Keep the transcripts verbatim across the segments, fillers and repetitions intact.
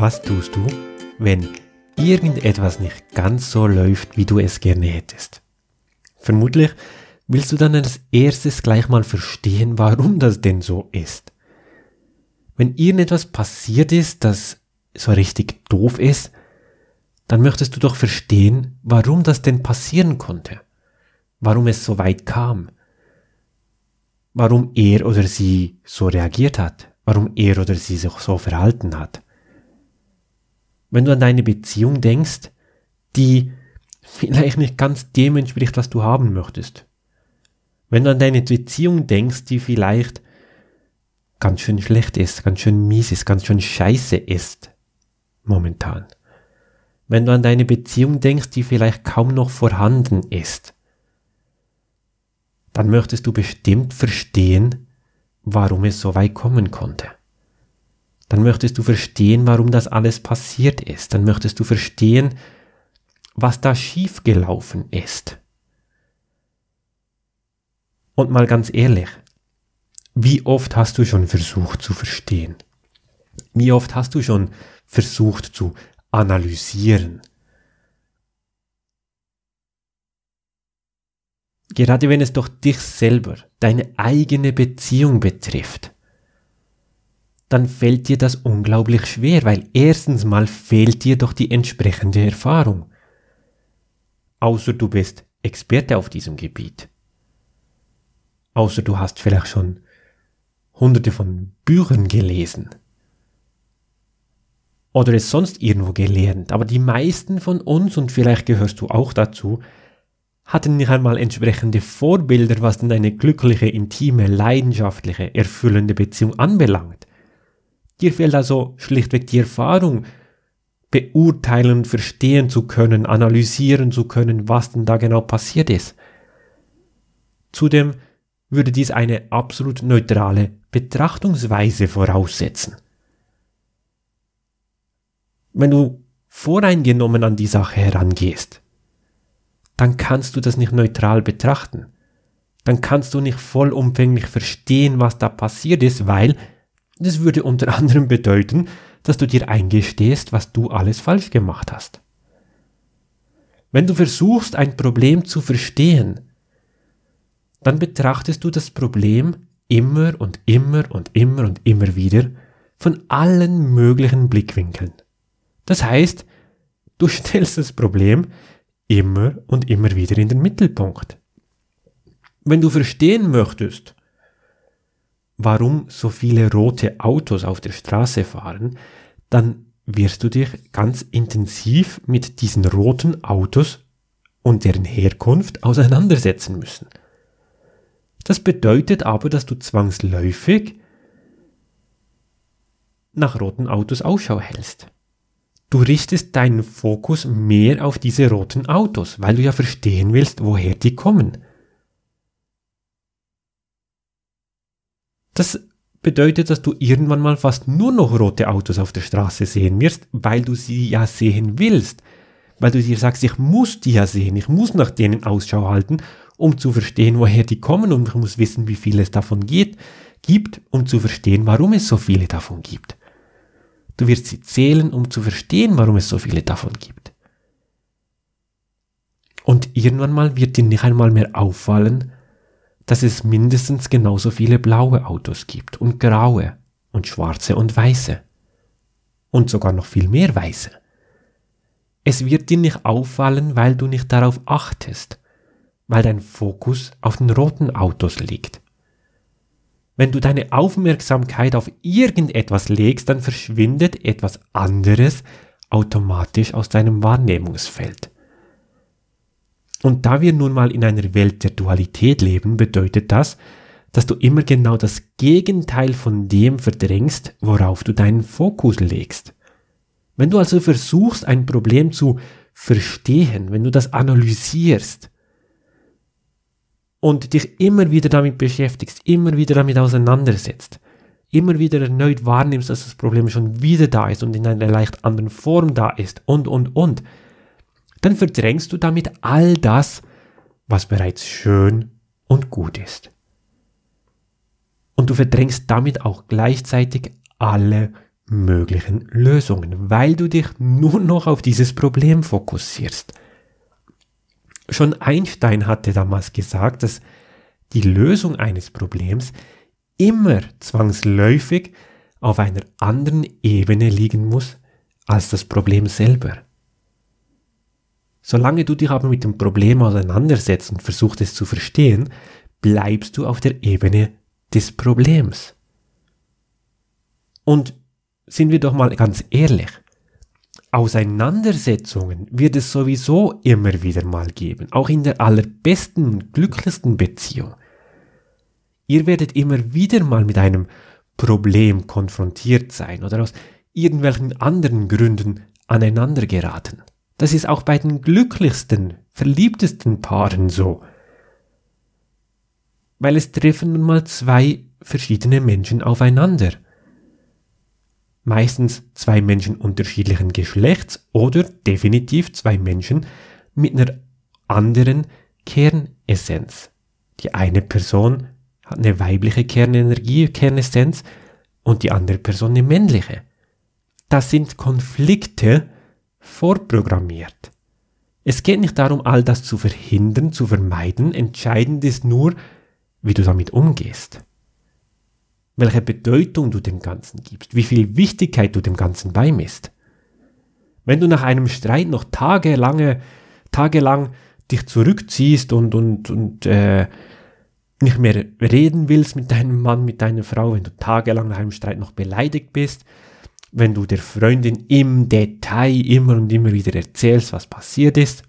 Was tust du, wenn irgendetwas nicht ganz so läuft, wie du es gerne hättest? Vermutlich willst du dann als erstes gleich mal verstehen, warum das denn so ist. Wenn irgendetwas passiert ist, das so richtig doof ist, dann möchtest du doch verstehen, warum das denn passieren konnte, warum es so weit kam, warum er oder sie so reagiert hat, warum er oder sie sich so verhalten hat. Wenn du an deine Beziehung denkst, die vielleicht nicht ganz dem entspricht, was du haben möchtest. Wenn du an deine Beziehung denkst, die vielleicht ganz schön schlecht ist, ganz schön mies ist, ganz schön scheiße ist, momentan. Wenn du an deine Beziehung denkst, die vielleicht kaum noch vorhanden ist, dann möchtest du bestimmt verstehen, warum es so weit kommen konnte. Dann möchtest du verstehen, warum das alles passiert ist. Dann möchtest du verstehen, was da schiefgelaufen ist. Und mal ganz ehrlich, wie oft hast du schon versucht zu verstehen? Wie oft hast du schon versucht zu analysieren? Gerade wenn es doch dich selber, deine eigene Beziehung betrifft, dann fällt dir das unglaublich schwer, weil erstens mal fehlt dir doch die entsprechende Erfahrung. Außer du bist Experte auf diesem Gebiet. Außer du hast vielleicht schon hunderte von Büchern gelesen. Oder es sonst irgendwo gelernt. Aber die meisten von uns, und vielleicht gehörst du auch dazu, hatten nicht einmal entsprechende Vorbilder, was denn eine glückliche, intime, leidenschaftliche, erfüllende Beziehung anbelangt. Dir fehlt also schlichtweg die Erfahrung, beurteilen und verstehen zu können, analysieren zu können, was denn da genau passiert ist. Zudem würde dies eine absolut neutrale Betrachtungsweise voraussetzen. Wenn du voreingenommen an die Sache herangehst, dann kannst du das nicht neutral betrachten. Dann kannst du nicht vollumfänglich verstehen, was da passiert ist, weil das würde unter anderem bedeuten, dass du dir eingestehst, was du alles falsch gemacht hast. Wenn du versuchst, ein Problem zu verstehen, dann betrachtest du das Problem immer und immer und immer und immer wieder von allen möglichen Blickwinkeln. Das heißt, du stellst das Problem immer und immer wieder in den Mittelpunkt. Wenn du verstehen möchtest, warum so viele rote Autos auf der Straße fahren, dann wirst du dich ganz intensiv mit diesen roten Autos und deren Herkunft auseinandersetzen müssen. Das bedeutet aber, dass du zwangsläufig nach roten Autos Ausschau hältst. Du richtest deinen Fokus mehr auf diese roten Autos, weil du ja verstehen willst, woher die kommen. Das bedeutet, dass du irgendwann mal fast nur noch rote Autos auf der Straße sehen wirst, weil du sie ja sehen willst. Weil du dir sagst, ich muss die ja sehen, ich muss nach denen Ausschau halten, um zu verstehen, woher die kommen, und ich muss wissen, wie viel es davon geht, gibt, um zu verstehen, warum es so viele davon gibt. Du wirst sie zählen, um zu verstehen, warum es so viele davon gibt. Und irgendwann mal wird dir nicht einmal mehr auffallen, dass es mindestens genauso viele blaue Autos gibt und graue und schwarze und weiße und sogar noch viel mehr weiße. Es wird dir nicht auffallen, weil du nicht darauf achtest, weil dein Fokus auf den roten Autos liegt. Wenn du deine Aufmerksamkeit auf irgendetwas legst, dann verschwindet etwas anderes automatisch aus deinem Wahrnehmungsfeld. Und da wir nun mal in einer Welt der Dualität leben, bedeutet das, dass du immer genau das Gegenteil von dem verdrängst, worauf du deinen Fokus legst. Wenn du also versuchst, ein Problem zu verstehen, wenn du das analysierst und dich immer wieder damit beschäftigst, immer wieder damit auseinandersetzt, immer wieder erneut wahrnimmst, dass das Problem schon wieder da ist und in einer leicht anderen Form da ist und, und, und, dann verdrängst du damit all das, was bereits schön und gut ist. Und du verdrängst damit auch gleichzeitig alle möglichen Lösungen, weil du dich nur noch auf dieses Problem fokussierst. Schon Einstein hatte damals gesagt, dass die Lösung eines Problems immer zwangsläufig auf einer anderen Ebene liegen muss als das Problem selber. Solange du dich aber mit dem Problem auseinandersetzt und versuchst es zu verstehen, bleibst du auf der Ebene des Problems. Und sind wir doch mal ganz ehrlich, Auseinandersetzungen wird es sowieso immer wieder mal geben, auch in der allerbesten und glücklichsten Beziehung. Ihr werdet immer wieder mal mit einem Problem konfrontiert sein oder aus irgendwelchen anderen Gründen aneinander geraten. Das ist auch bei den glücklichsten, verliebtesten Paaren so. Weil es treffen nun mal zwei verschiedene Menschen aufeinander. Meistens zwei Menschen unterschiedlichen Geschlechts oder definitiv zwei Menschen mit einer anderen Kernessenz. Die eine Person hat eine weibliche Kernenergie, Kernessenz und die andere Person eine männliche. Das sind Konflikte vorprogrammiert. Es geht nicht darum, all das zu verhindern, zu vermeiden. Entscheidend ist nur, wie du damit umgehst. Welche Bedeutung du dem Ganzen gibst, wie viel Wichtigkeit du dem Ganzen beimisst. Wenn du nach einem Streit noch tagelange, tagelang dich zurückziehst und, und, und äh, nicht mehr reden willst mit deinem Mann, mit deiner Frau, wenn du tagelang nach einem Streit noch beleidigt bist, wenn du der Freundin im Detail immer und immer wieder erzählst, was passiert ist,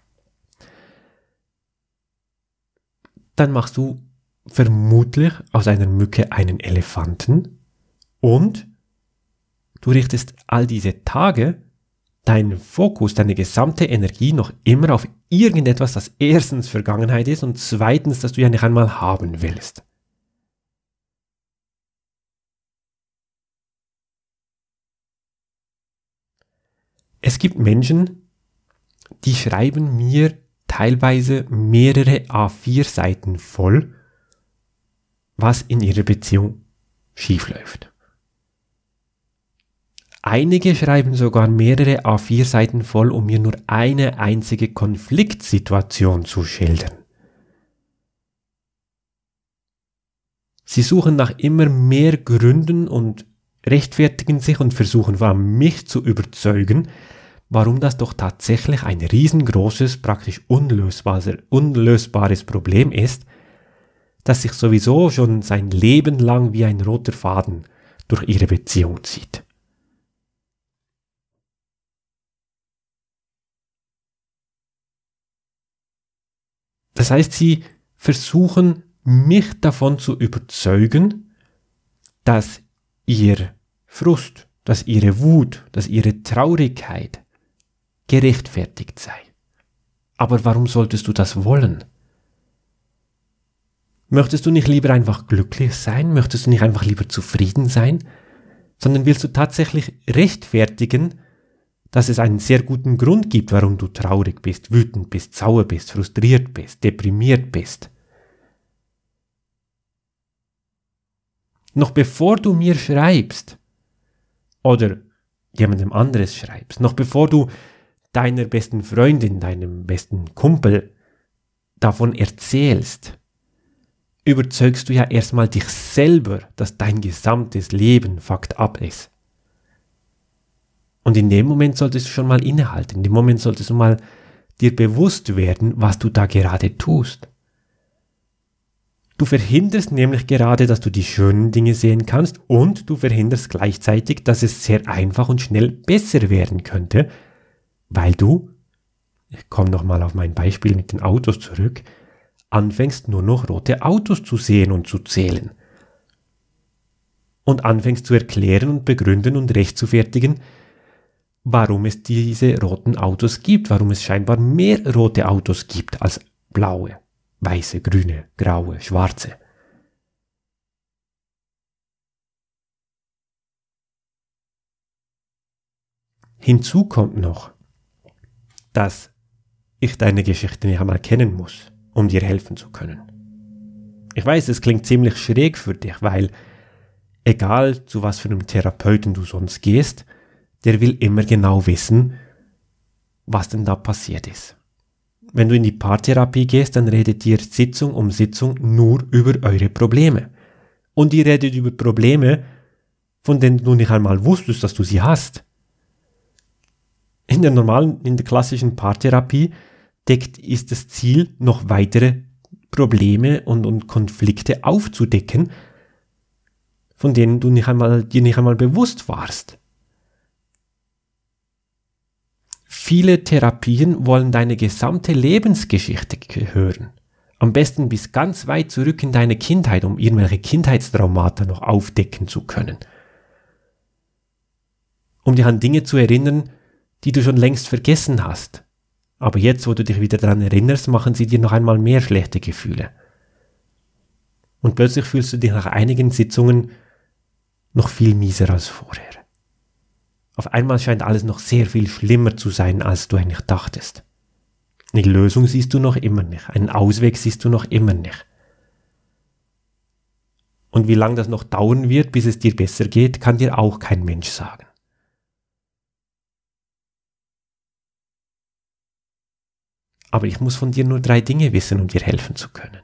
dann machst du vermutlich aus einer Mücke einen Elefanten und du richtest all diese Tage deinen Fokus, deine gesamte Energie noch immer auf irgendetwas, das erstens Vergangenheit ist und zweitens, das du ja nicht einmal haben willst. Es gibt Menschen, die schreiben mir teilweise mehrere A vier Seiten voll, was in ihrer Beziehung schiefläuft. Einige schreiben sogar mehrere A vier Seiten voll, um mir nur eine einzige Konfliktsituation zu schildern. Sie suchen nach immer mehr Gründen und rechtfertigen sich und versuchen vor allem mich zu überzeugen, warum das doch tatsächlich ein riesengroßes, praktisch unlösbares, unlösbares Problem ist, das sich sowieso schon sein Leben lang wie ein roter Faden durch ihre Beziehung zieht. Das heißt, sie versuchen, mich davon zu überzeugen, dass ihr Frust, dass ihre Wut, dass ihre Traurigkeit gerechtfertigt sei. Aber warum solltest du das wollen? Möchtest du nicht lieber einfach glücklich sein? Möchtest du nicht einfach lieber zufrieden sein? Sondern willst du tatsächlich rechtfertigen, dass es einen sehr guten Grund gibt, warum du traurig bist, wütend bist, sauer bist, frustriert bist, deprimiert bist? Noch bevor du mir schreibst oder jemandem anderes schreibst, noch bevor du deiner besten Freundin, deinem besten Kumpel davon erzählst, überzeugst du ja erstmal dich selber, dass dein gesamtes Leben fucked up ist. Und in dem Moment solltest du schon mal innehalten, in dem Moment solltest du mal dir bewusst werden, was du da gerade tust. Du verhinderst nämlich gerade, dass du die schönen Dinge sehen kannst und du verhinderst gleichzeitig, dass es sehr einfach und schnell besser werden könnte, weil du, ich komme nochmal auf mein Beispiel mit den Autos zurück, anfängst nur noch rote Autos zu sehen und zu zählen. Und anfängst zu erklären und begründen und rechtfertigen, warum es diese roten Autos gibt, warum es scheinbar mehr rote Autos gibt als blaue, weiße, grüne, graue, schwarze. Hinzu kommt noch, dass ich deine Geschichte nicht einmal kennen muss, um dir helfen zu können. Ich weiß, es klingt ziemlich schräg für dich, weil egal zu was für einem Therapeuten du sonst gehst, der will immer genau wissen, was denn da passiert ist. Wenn du in die Paartherapie gehst, dann redet ihr Sitzung um Sitzung nur über eure Probleme. Und ihr redet über Probleme, von denen du nicht einmal wusstest, dass du sie hast. In der normalen, in der klassischen Paartherapie deckt ist das Ziel, noch weitere Probleme und, und Konflikte aufzudecken, von denen du nicht einmal, dir nicht einmal bewusst warst. Viele Therapien wollen deine gesamte Lebensgeschichte hören. Am besten bis ganz weit zurück in deine Kindheit, um irgendwelche Kindheitstraumata noch aufdecken zu können. Um dich an Dinge zu erinnern, die du schon längst vergessen hast. Aber jetzt, wo du dich wieder daran erinnerst, machen sie dir noch einmal mehr schlechte Gefühle. Und plötzlich fühlst du dich nach einigen Sitzungen noch viel mieser als vorher. Auf einmal scheint alles noch sehr viel schlimmer zu sein, als du eigentlich dachtest. Eine Lösung siehst du noch immer nicht, einen Ausweg siehst du noch immer nicht. Und wie lange das noch dauern wird, bis es dir besser geht, kann dir auch kein Mensch sagen. Aber ich muss von dir nur drei Dinge wissen, um dir helfen zu können.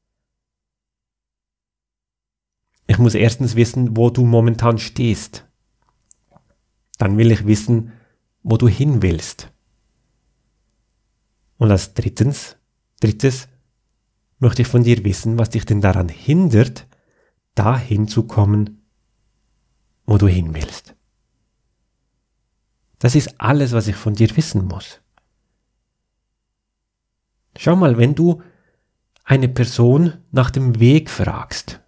Ich muss erstens wissen, wo du momentan stehst. Dann will ich wissen, wo du hin willst. Und als drittens, drittes möchte ich von dir wissen, was dich denn daran hindert, dahin zu kommen, wo du hin willst. Das ist alles, was ich von dir wissen muss. Schau mal, wenn du eine Person nach dem Weg fragst,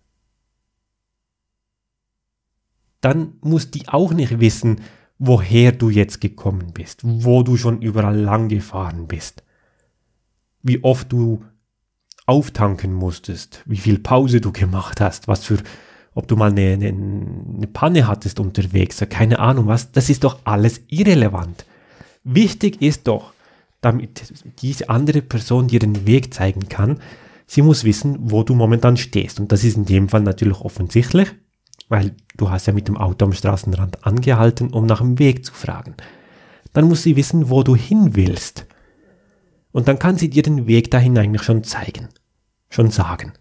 dann muss die auch nicht wissen, woher du jetzt gekommen bist, wo du schon überall lang gefahren bist, wie oft du auftanken musstest, wie viel Pause du gemacht hast, was für, ob du mal eine, eine, eine Panne hattest unterwegs, keine Ahnung was, das ist doch alles irrelevant. Wichtig ist doch, damit diese andere Person dir den Weg zeigen kann, sie muss wissen, wo du momentan stehst. Und das ist in dem Fall natürlich offensichtlich, weil du hast ja mit dem Auto am Straßenrand angehalten, um nach dem Weg zu fragen. Dann muss sie wissen, wo du hin willst. Und dann kann sie dir den Weg dahin eigentlich schon zeigen, schon sagen.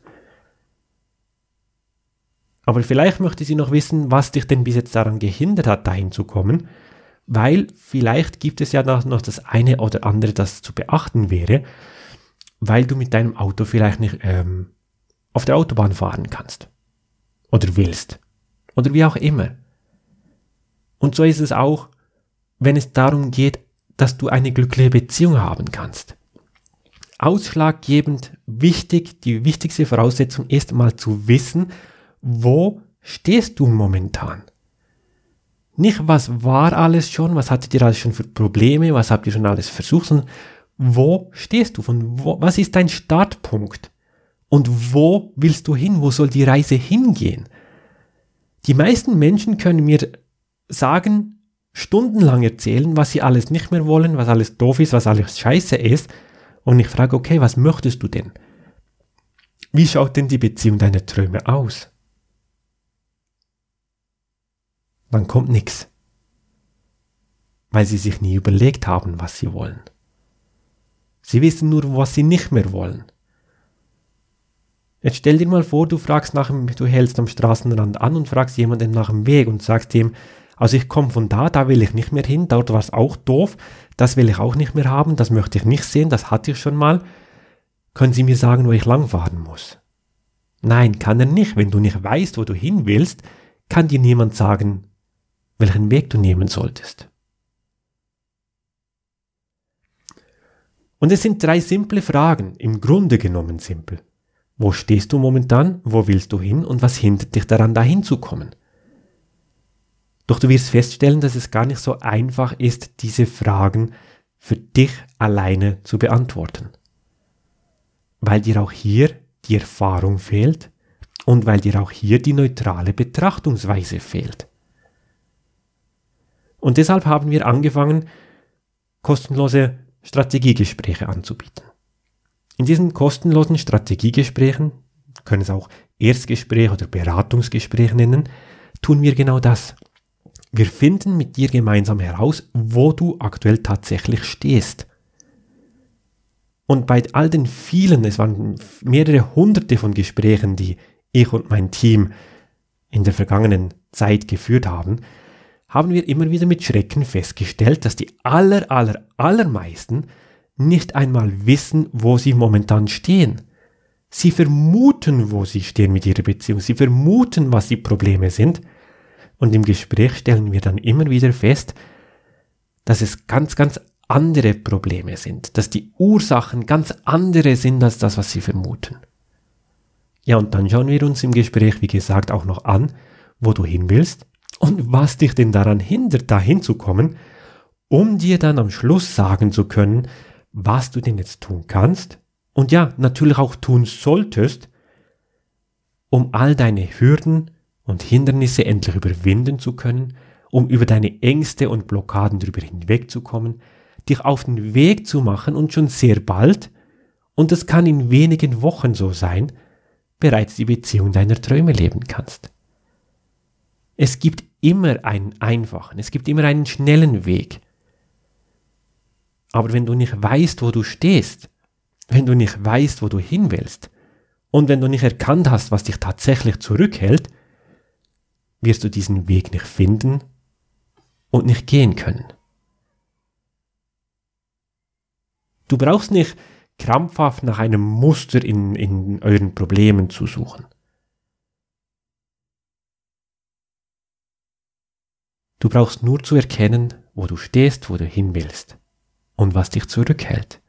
Aber vielleicht möchte sie noch wissen, was dich denn bis jetzt daran gehindert hat, dahin zu kommen, weil vielleicht gibt es ja noch das eine oder andere, das zu beachten wäre, weil du mit deinem Auto vielleicht nicht ähm, auf der Autobahn fahren kannst oder willst. Oder wie auch immer. Und so ist es auch, wenn es darum geht, dass du eine glückliche Beziehung haben kannst. Ausschlaggebend wichtig, die wichtigste Voraussetzung ist mal zu wissen, wo stehst du momentan? Nicht, was war alles schon, was hattet ihr alles schon für Probleme, was habt ihr schon alles versucht, sondern wo stehst du? Von wo, was ist dein Startpunkt? Und wo willst du hin? Wo soll die Reise hingehen? Die meisten Menschen können mir sagen, stundenlang erzählen, was sie alles nicht mehr wollen, was alles doof ist, was alles scheiße ist. Und ich frage, okay, was möchtest du denn? Wie schaut denn die Beziehung deiner Träume aus? Dann kommt nichts. Weil sie sich nie überlegt haben, was sie wollen. Sie wissen nur, was sie nicht mehr wollen. Jetzt stell dir mal vor, du fragst nach dem, du hältst am Straßenrand an und fragst jemanden nach dem Weg und sagst ihm, also ich komme von da, da will ich nicht mehr hin, dort war es auch doof, das will ich auch nicht mehr haben, das möchte ich nicht sehen, das hatte ich schon mal. Können Sie mir sagen, wo ich langfahren muss? Nein, kann er nicht. Wenn du nicht weißt, wo du hin willst, kann dir niemand sagen, welchen Weg du nehmen solltest. Und es sind drei simple Fragen, im Grunde genommen simpel. Wo stehst du momentan, wo willst du hin und was hindert dich daran, dahin zu kommen? Doch du wirst feststellen, dass es gar nicht so einfach ist, diese Fragen für dich alleine zu beantworten. Weil dir auch hier die Erfahrung fehlt und weil dir auch hier die neutrale Betrachtungsweise fehlt. Und deshalb haben wir angefangen, kostenlose Strategiegespräche anzubieten. In diesen kostenlosen Strategiegesprächen, können es auch Erstgespräch oder Beratungsgespräch nennen, tun wir genau das. Wir finden mit dir gemeinsam heraus, wo du aktuell tatsächlich stehst. Und bei all den vielen, es waren mehrere hunderte von Gesprächen, die ich und mein Team in der vergangenen Zeit geführt haben, haben wir immer wieder mit Schrecken festgestellt, dass die aller, aller, allermeisten nicht einmal wissen, wo sie momentan stehen. Sie vermuten, wo sie stehen mit ihrer Beziehung. Sie vermuten, was die Probleme sind. Und im Gespräch stellen wir dann immer wieder fest, dass es ganz, ganz andere Probleme sind. Dass die Ursachen ganz andere sind als das, was sie vermuten. Ja, und dann schauen wir uns im Gespräch, wie gesagt, auch noch an, wo du hin willst und was dich denn daran hindert, dahin zu kommen, um dir dann am Schluss sagen zu können, was du denn jetzt tun kannst und ja, natürlich auch tun solltest, um all deine Hürden und Hindernisse endlich überwinden zu können, um über deine Ängste und Blockaden drüber hinwegzukommen, dich auf den Weg zu machen und schon sehr bald, und das kann in wenigen Wochen so sein, bereits die Beziehung deiner Träume leben kannst. Es gibt immer einen einfachen, es gibt immer einen schnellen Weg. Aber wenn du nicht weißt, wo du stehst, wenn du nicht weißt, wo du hin willst, und wenn du nicht erkannt hast, was dich tatsächlich zurückhält, wirst du diesen Weg nicht finden und nicht gehen können. Du brauchst nicht krampfhaft nach einem Muster in, in euren Problemen zu suchen. Du brauchst nur zu erkennen, wo du stehst, wo du hin willst und was dich zurückhält.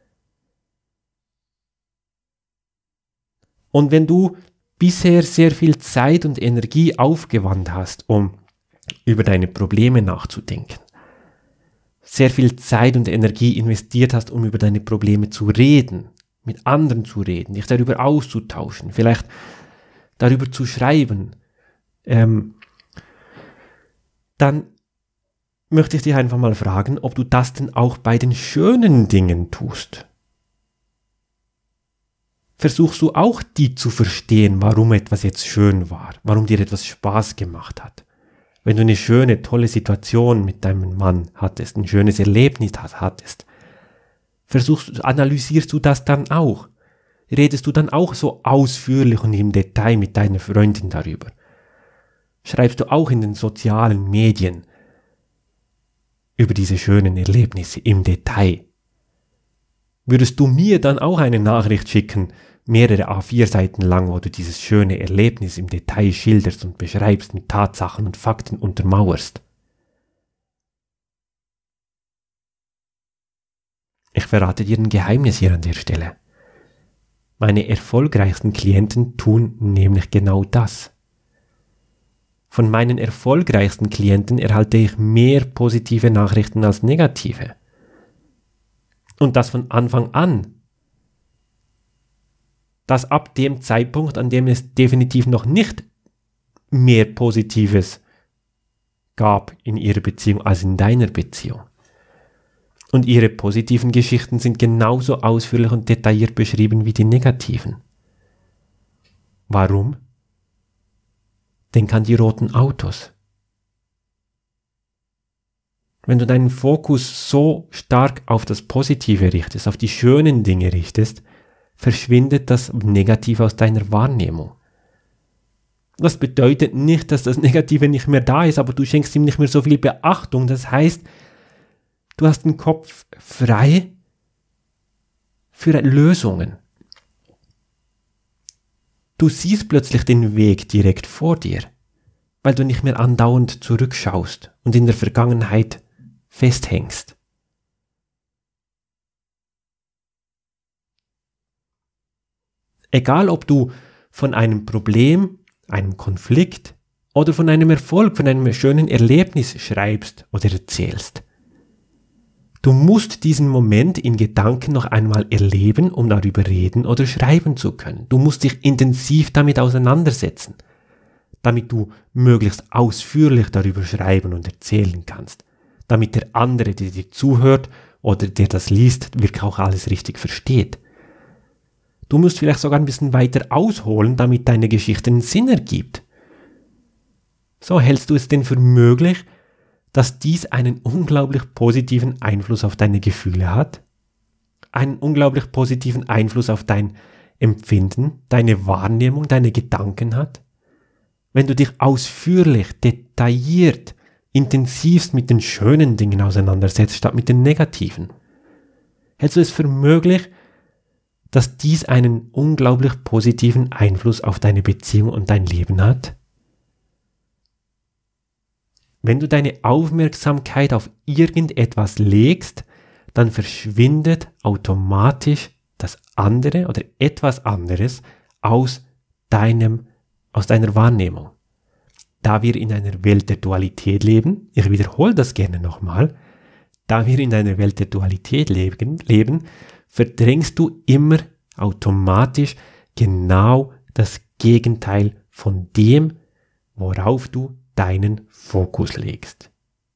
Und wenn du bisher sehr viel Zeit und Energie aufgewandt hast, um über deine Probleme nachzudenken, sehr viel Zeit und Energie investiert hast, um über deine Probleme zu reden, mit anderen zu reden, dich darüber auszutauschen, vielleicht darüber zu schreiben, ähm, dann möchte ich dich einfach mal fragen, ob du das denn auch bei den schönen Dingen tust. Versuchst du auch die zu verstehen, warum etwas jetzt schön war, warum dir etwas Spaß gemacht hat. Wenn du eine schöne, tolle Situation mit deinem Mann hattest, ein schönes Erlebnis hattest, versuchst, analysierst du das dann auch? Redest du dann auch so ausführlich und im Detail mit deiner Freundin darüber? Schreibst du auch in den sozialen Medien über diese schönen Erlebnisse im Detail? Würdest du mir dann auch eine Nachricht schicken, mehrere A vier Seiten lang, wo du dieses schöne Erlebnis im Detail schilderst und beschreibst, mit Tatsachen und Fakten untermauerst? Ich verrate dir ein Geheimnis hier an der Stelle. Meine erfolgreichsten Klienten tun nämlich genau das. Von meinen erfolgreichsten Klienten erhalte ich mehr positive Nachrichten als negative. Und das von Anfang an. Das ab dem Zeitpunkt, an dem es definitiv noch nicht mehr Positives gab in ihrer Beziehung als in deiner Beziehung. Und ihre positiven Geschichten sind genauso ausführlich und detailliert beschrieben wie die negativen. Warum? Denk an die roten Autos. Wenn du deinen Fokus so stark auf das Positive richtest, auf die schönen Dinge richtest, verschwindet das Negative aus deiner Wahrnehmung. Das bedeutet nicht, dass das Negative nicht mehr da ist, aber du schenkst ihm nicht mehr so viel Beachtung. Das heißt, du hast den Kopf frei für Lösungen. Du siehst plötzlich den Weg direkt vor dir, weil du nicht mehr andauernd zurückschaust und in der Vergangenheit festhängst. Egal, ob du von einem Problem, einem Konflikt oder von einem Erfolg, von einem schönen Erlebnis schreibst oder erzählst. Du musst diesen Moment in Gedanken noch einmal erleben, um darüber reden oder schreiben zu können. Du musst dich intensiv damit auseinandersetzen, damit du möglichst ausführlich darüber schreiben und erzählen kannst, damit der andere, der dir zuhört oder der das liest, wirklich auch alles richtig versteht. Du musst vielleicht sogar ein bisschen weiter ausholen, damit deine Geschichte einen Sinn ergibt. So hältst du es denn für möglich, dass dies einen unglaublich positiven Einfluss auf deine Gefühle hat? Einen unglaublich positiven Einfluss auf dein Empfinden, deine Wahrnehmung, deine Gedanken hat? Wenn du dich ausführlich, detailliert, intensivst mit den schönen Dingen auseinandersetzt, statt mit den negativen. Hältst du es für möglich, dass dies einen unglaublich positiven Einfluss auf deine Beziehung und dein Leben hat? Wenn du deine Aufmerksamkeit auf irgendetwas legst, dann verschwindet automatisch das andere oder etwas anderes aus deinem, aus deiner Wahrnehmung. Da wir in einer Welt der Dualität leben, ich wiederhole das gerne nochmal, da wir in einer Welt der Dualität leben, leben, verdrängst du immer automatisch genau das Gegenteil von dem, worauf du deinen Fokus legst.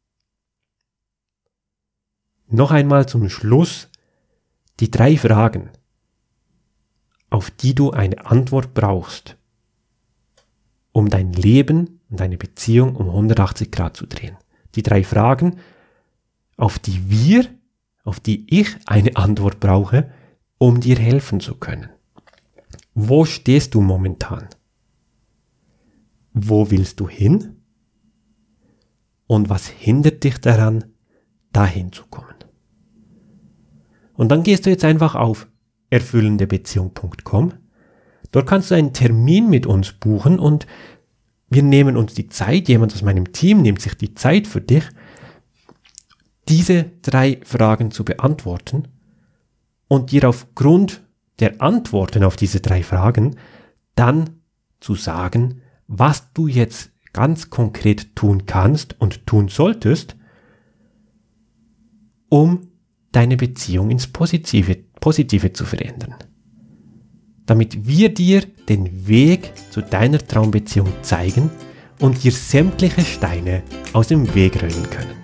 Noch einmal zum Schluss die drei Fragen, auf die du eine Antwort brauchst, um dein Leben und deine Beziehung um hundertachtzig Grad zu drehen. Die drei Fragen, auf die wir, auf die ich eine Antwort brauche, um dir helfen zu können. Wo stehst du momentan? Wo willst du hin? Und was hindert dich daran, dahin zu kommen? Und dann gehst du jetzt einfach auf erfüllende Beziehung punkt com. Dort kannst du einen Termin mit uns buchen und wir nehmen uns die Zeit, jemand aus meinem Team nimmt sich die Zeit für dich, diese drei Fragen zu beantworten und dir aufgrund der Antworten auf diese drei Fragen dann zu sagen, was du jetzt ganz konkret tun kannst und tun solltest, um deine Beziehung ins Positive, Positive zu verändern. Damit wir dir den Weg zu deiner Traumbeziehung zeigen und dir sämtliche Steine aus dem Weg räumen können.